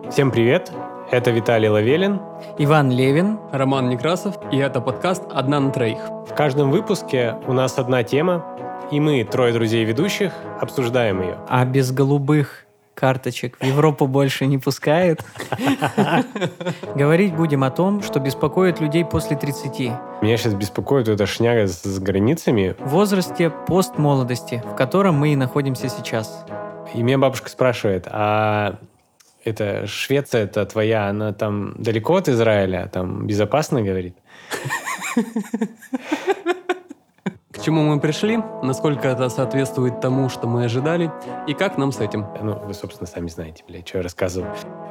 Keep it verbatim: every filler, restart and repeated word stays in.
Всем привет! Это Виталий Лавелин, Иван Левин, Роман Некрасов, и это подкаст «Одна на троих». В каждом выпуске у нас одна тема, и мы, трое друзей ведущих, обсуждаем ее. А без голубых карточек в Европу больше не пускают. Говорить будем о том, что беспокоит людей после тридцати. Меня сейчас беспокоит эта шняга с, с границами. В возрасте постмолодости, в котором мы и находимся сейчас. И меня бабушка спрашивает, а это Швеция, это твоя, она там далеко от Израиля, там безопасно, говорит? К чему мы пришли, насколько это соответствует тому, что мы ожидали, и как нам с этим? Ну, вы, собственно, сами знаете, блядь, что я рассказываю.